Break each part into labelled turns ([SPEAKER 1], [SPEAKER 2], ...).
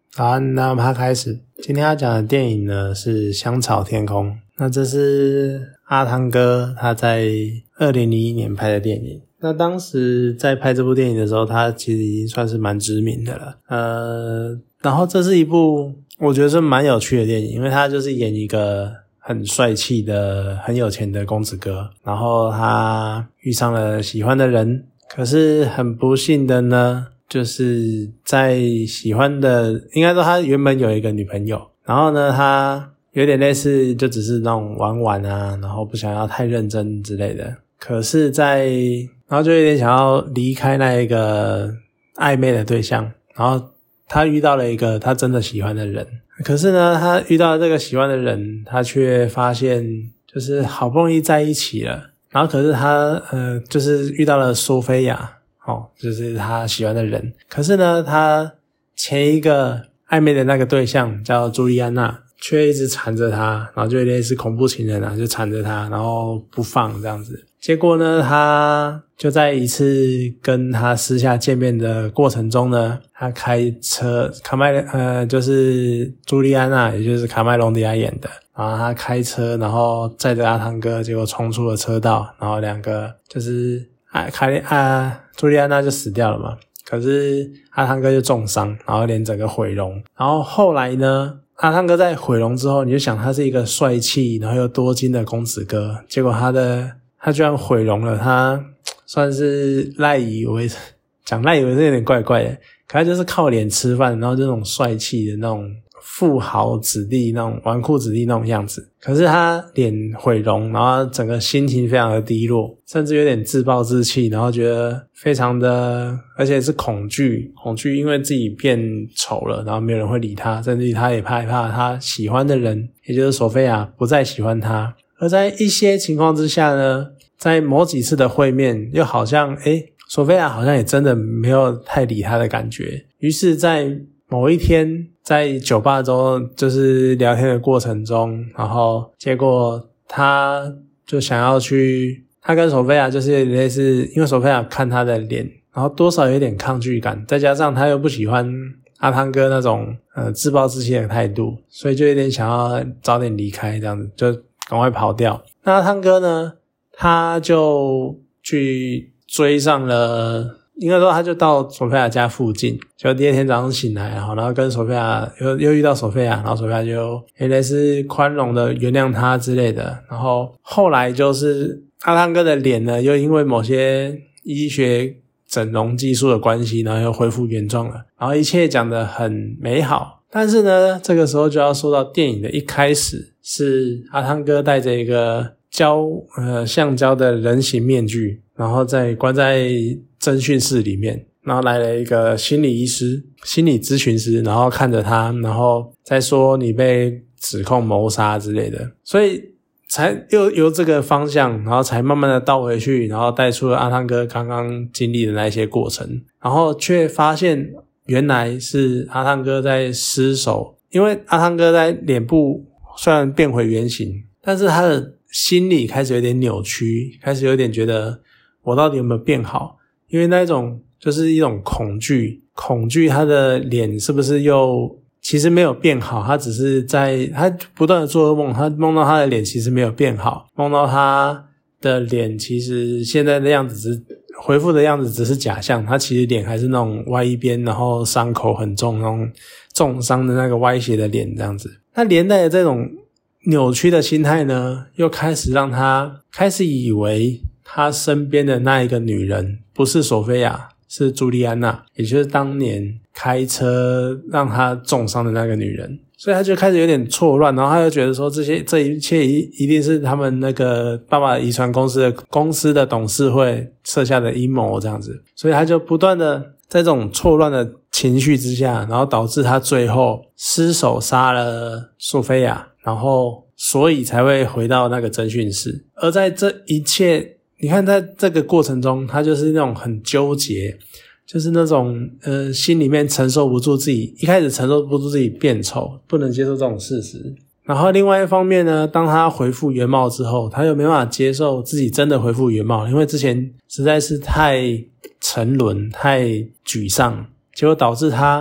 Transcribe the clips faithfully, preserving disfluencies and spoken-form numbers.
[SPEAKER 1] 好，那我们开始。今天要讲的电影呢是《香草天空》，那这是阿汤哥他在二零零一年拍的电影。那当时在拍这部电影的时候，他其实已经算是蛮知名的了。呃，然后这是一部我觉得是蛮有趣的电影，因为他就是演一个很帅气的很有钱的公子哥，然后他遇上了喜欢的人，可是很不幸的呢，就是在喜欢的应该说他原本有一个女朋友，然后呢他有点类似就只是那种玩玩啊，然后不想要太认真之类的，可是在然后就有点想要离开那一个暧昧的对象，然后他遇到了一个他真的喜欢的人，可是呢他遇到这个喜欢的人，他却发现就是好不容易在一起了，然后可是他呃就是遇到了索菲亚哦，就是他喜欢的人，可是呢他前一个暧昧的那个对象叫朱莉安娜却一直缠着他，然后就有点是恐怖情人啊，就缠着他然后不放这样子。结果呢他就在一次跟他私下见面的过程中呢，他开车卡麦呃就是朱莉安娜也就是卡麦隆迪亚演的，然后他开车然后载着阿汤哥，结果冲出了车道，然后两个就是啊卡啊朱莉安娜就死掉了嘛，可是阿汤哥就重伤，然后连整个毁容。然后后来呢阿汤哥在毁容之后，你就想他是一个帅气然后又多金的公子哥，结果他的他居然毁容了，他算是赖以为讲赖以为是有点怪怪的，可他就是靠脸吃饭，然后这种帅气的那种富豪子弟那种纨绔子弟那种样子，可是他脸毁容，然后整个心情非常的低落，甚至有点自暴自弃，然后觉得非常的而且是恐惧恐惧因为自己变丑了，然后没有人会理他，甚至他也害怕他喜欢的人也就是索菲亚不再喜欢他。而在一些情况之下呢，在某几次的会面又好像诶索菲亚好像也真的没有太理他的感觉，于是在某一天在酒吧中就是聊天的过程中，然后结果他就想要去他跟索菲亚就是类似，因为索菲亚看他的脸然后多少有点抗拒感，再加上他又不喜欢阿汤哥那种呃自暴自弃的态度，所以就有点想要早点离开这样子，就赶快跑掉。那阿汤哥呢他就去追上了，应该说他就到索菲亚家附近，就第二天早上醒来，然后然后跟索菲亚又又遇到索菲亚，然后索菲亚就也类似宽容的原谅他之类的，然后后来就是阿汤哥的脸呢又因为某些医学整容技术的关系，然后又恢复原状了，然后一切讲得很美好。但是呢这个时候就要说到电影的一开始，是阿汤哥戴着一个胶呃橡胶的人形面具，然后再关在侦讯室里面，然后来了一个心理医师心理咨询师，然后看着他，然后再说你被指控谋杀之类的，所以才又由这个方向然后才慢慢的倒回去，然后带出了阿汤哥刚刚经历的那些过程，然后却发现原来是阿汤哥在失手，因为阿汤哥在脸部虽然变回原形，但是他的心理开始有点扭曲，开始有点觉得我到底有没有变好，因为那一种就是一种恐惧恐惧他的脸是不是又其实没有变好，他只是在他不断的做噩梦，他梦到他的脸其实没有变好，梦到他的脸其实现在的样子只是恢复的样子只是假象，他其实脸还是那种歪一边，然后伤口很重，那种重伤的那个歪斜的脸这样子。那连带的这种扭曲的心态呢，又开始让他开始以为他身边的那一个女人不是索菲亚，是朱莉安娜，也就是当年开车让他重伤的那个女人，所以他就开始有点错乱，然后他就觉得说这些这一切一一定是他们那个爸爸遗传公司的公司的董事会设下的阴谋这样子，所以他就不断的在这种错乱的情绪之下，然后导致他最后失手杀了索菲亚，然后所以才会回到那个侦讯室。而在这一切你看在这个过程中，他就是那种很纠结，就是那种呃心里面承受不住自己一开始承受不住自己变丑，不能接受这种事实。然后另外一方面呢，当他恢复原貌之后，他又没办法接受自己真的恢复原貌，因为之前实在是太沉沦太沮丧，结果导致他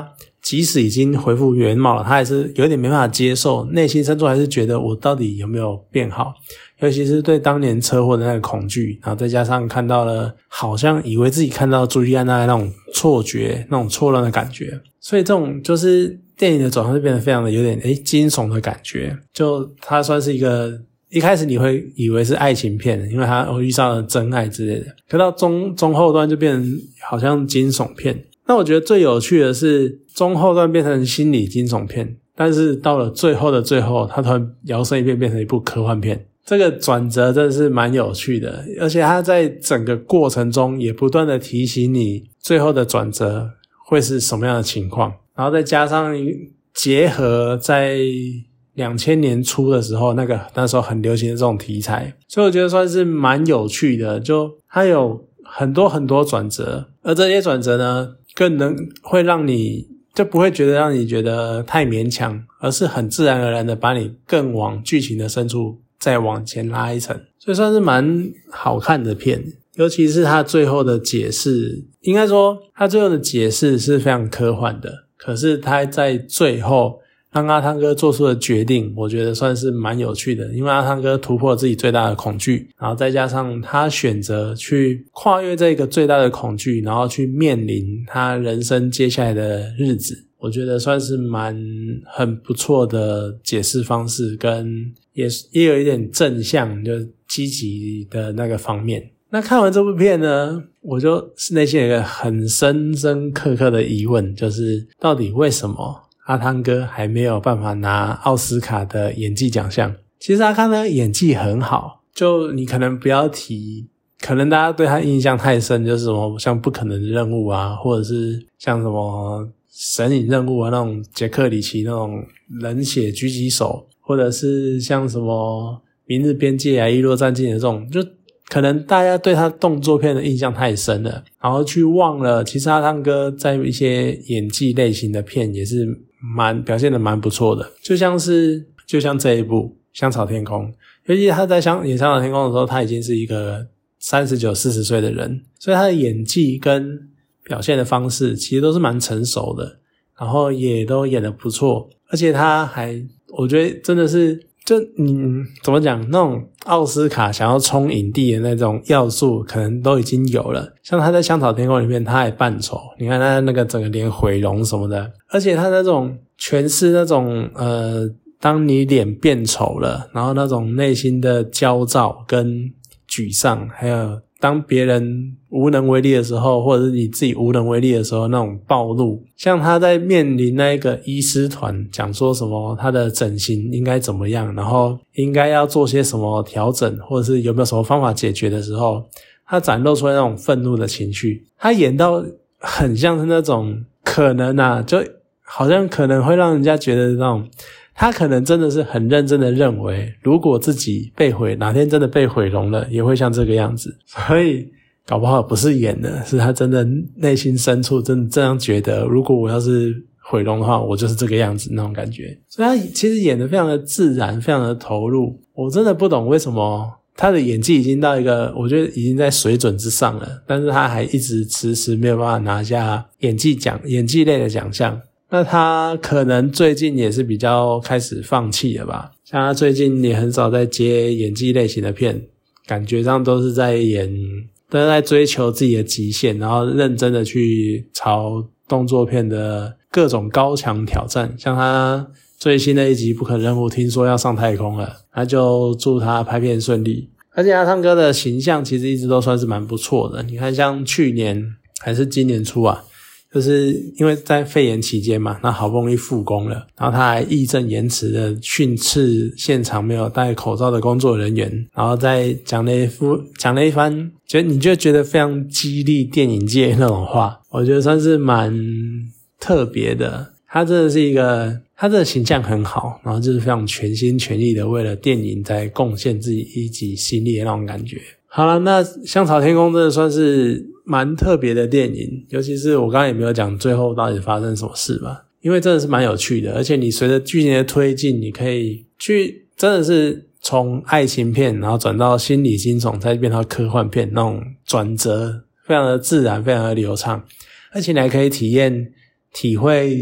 [SPEAKER 1] 即使已经恢复原貌了，他还是有点没办法接受，内心深处还是觉得我到底有没有变好，尤其是对当年车祸的那个恐惧，然后再加上看到了好像以为自己看到朱莉安娜那种错觉，那种错乱的感觉，所以这种就是电影的走向就变得非常的有点诶惊悚的感觉，就它算是一个一开始你会以为是爱情片，因为他遇上了真爱之类的，可到中中后段就变成好像惊悚片。那我觉得最有趣的是中后段变成心理惊悚片，但是到了最后的最后，它突然摇身一变变成一部科幻片。这个转折真的是蛮有趣的，而且它在整个过程中也不断的提醒你最后的转折会是什么样的情况，然后再加上结合在两千年初的时候那个那时候很流行的这种题材，所以我觉得算是蛮有趣的，就它有很多很多转折，而这些转折呢更能会让你就不会觉得让你觉得太勉强，而是很自然而然的把你更往剧情的深处再往前拉一层，所以算是蛮好看的片。尤其是他最后的解释，应该说他最后的解释是非常科幻的，可是他在最后让阿汤哥做出的决定，我觉得算是蛮有趣的，因为阿汤哥突破自己最大的恐惧，然后再加上他选择去跨越这个最大的恐惧，然后去面临他人生接下来的日子，我觉得算是蛮很不错的解释方式，跟也也有一点正向就积极的那个方面。那看完这部片呢，我就内心有一个很深深刻刻的疑问，就是到底为什么阿汤哥还没有办法拿奥斯卡的演技奖项？其实阿汤哥演技很好，就你可能不要提，可能大家对他印象太深，就是什么像不可能的任务啊，或者是像什么神隐任务啊，那种杰克里奇那种冷血狙击手，或者是像什么明日边界啊、伊洛战记的这种，就可能大家对他动作片的印象太深了，然后去忘了其实阿汤哥在一些演技类型的片也是蛮表现的蛮不错的，就像是就像这一部香草天空，尤其他在香演香草天空的时候，他已经是一个三十九、四十岁的人，所以他的演技跟表现的方式其实都是蛮成熟的，然后也都演得不错，而且他还我觉得真的是就嗯怎么讲，那种奥斯卡想要冲影帝的那种要素可能都已经有了，像他在香草天空里面他还扮丑，你看他那个整个脸毁容什么的，而且他那种诠释那种呃当你脸变丑了，然后那种内心的焦躁跟沮丧，还有当别人无能为力的时候，或者是你自己无能为力的时候那种暴怒，像他在面临那个医师团讲说什么他的整形应该怎么样，然后应该要做些什么调整，或者是有没有什么方法解决的时候，他展露出来那种愤怒的情绪，他演到很像是那种可能啊，就好像可能会让人家觉得那种他可能真的是很认真的认为，如果自己被毁，哪天真的被毁容了，也会像这个样子。所以搞不好不是演的，是他真的内心深处真的这样觉得，如果我要是毁容的话，我就是这个样子那种感觉。所以他其实演得非常的自然，非常的投入。我真的不懂为什么他的演技已经到一个我觉得已经在水准之上了，但是他还一直迟迟没有办法拿下演技奖演技类的奖项。那他可能最近也是比较开始放弃了吧，像他最近也很少在接演技类型的片，感觉上都是在演都是在追求自己的极限，然后认真的去朝动作片的各种高强挑战。像他最新的一集不可能任务听说要上太空了，那就祝他拍片顺利。而且阿汤哥的形象其实一直都算是蛮不错的，你看像去年还是今年初啊，就是因为在肺炎期间嘛，那好不容易复工了，然后他还义正言辞的训斥现场没有戴口罩的工作人员，然后再讲了一副讲了一番，觉得你就觉得非常激励电影界那种话，我觉得算是蛮特别的。他真的是一个，他这个形象很好，然后就是非常全心全意的为了电影在贡献自己一己心力的那种感觉。好了，那香草天空真的算是蛮特别的电影，尤其是我刚刚也没有讲最后到底发生什么事吧，因为真的是蛮有趣的，而且你随着剧情的推进，你可以去真的是从爱情片然后转到心理惊悚，再变到科幻片，那种转折非常的自然，非常的流畅，而且你还可以体验体会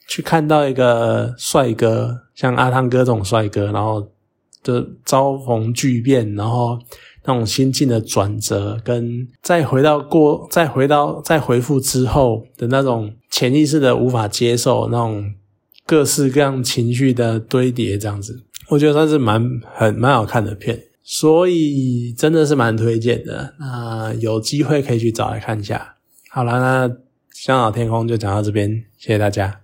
[SPEAKER 1] 去看到一个帅哥，像阿汤哥这种帅哥，然后就遭逢巨变，然后那种心境的转折，跟再回到过再回到再回复之后的那种潜意识的无法接受，那种各式各样情绪的堆叠，这样子我觉得算是蛮很蛮好看的片，所以真的是蛮推荐的。那有机会可以去找来看一下。好啦，那香草天空就讲到这边，谢谢大家。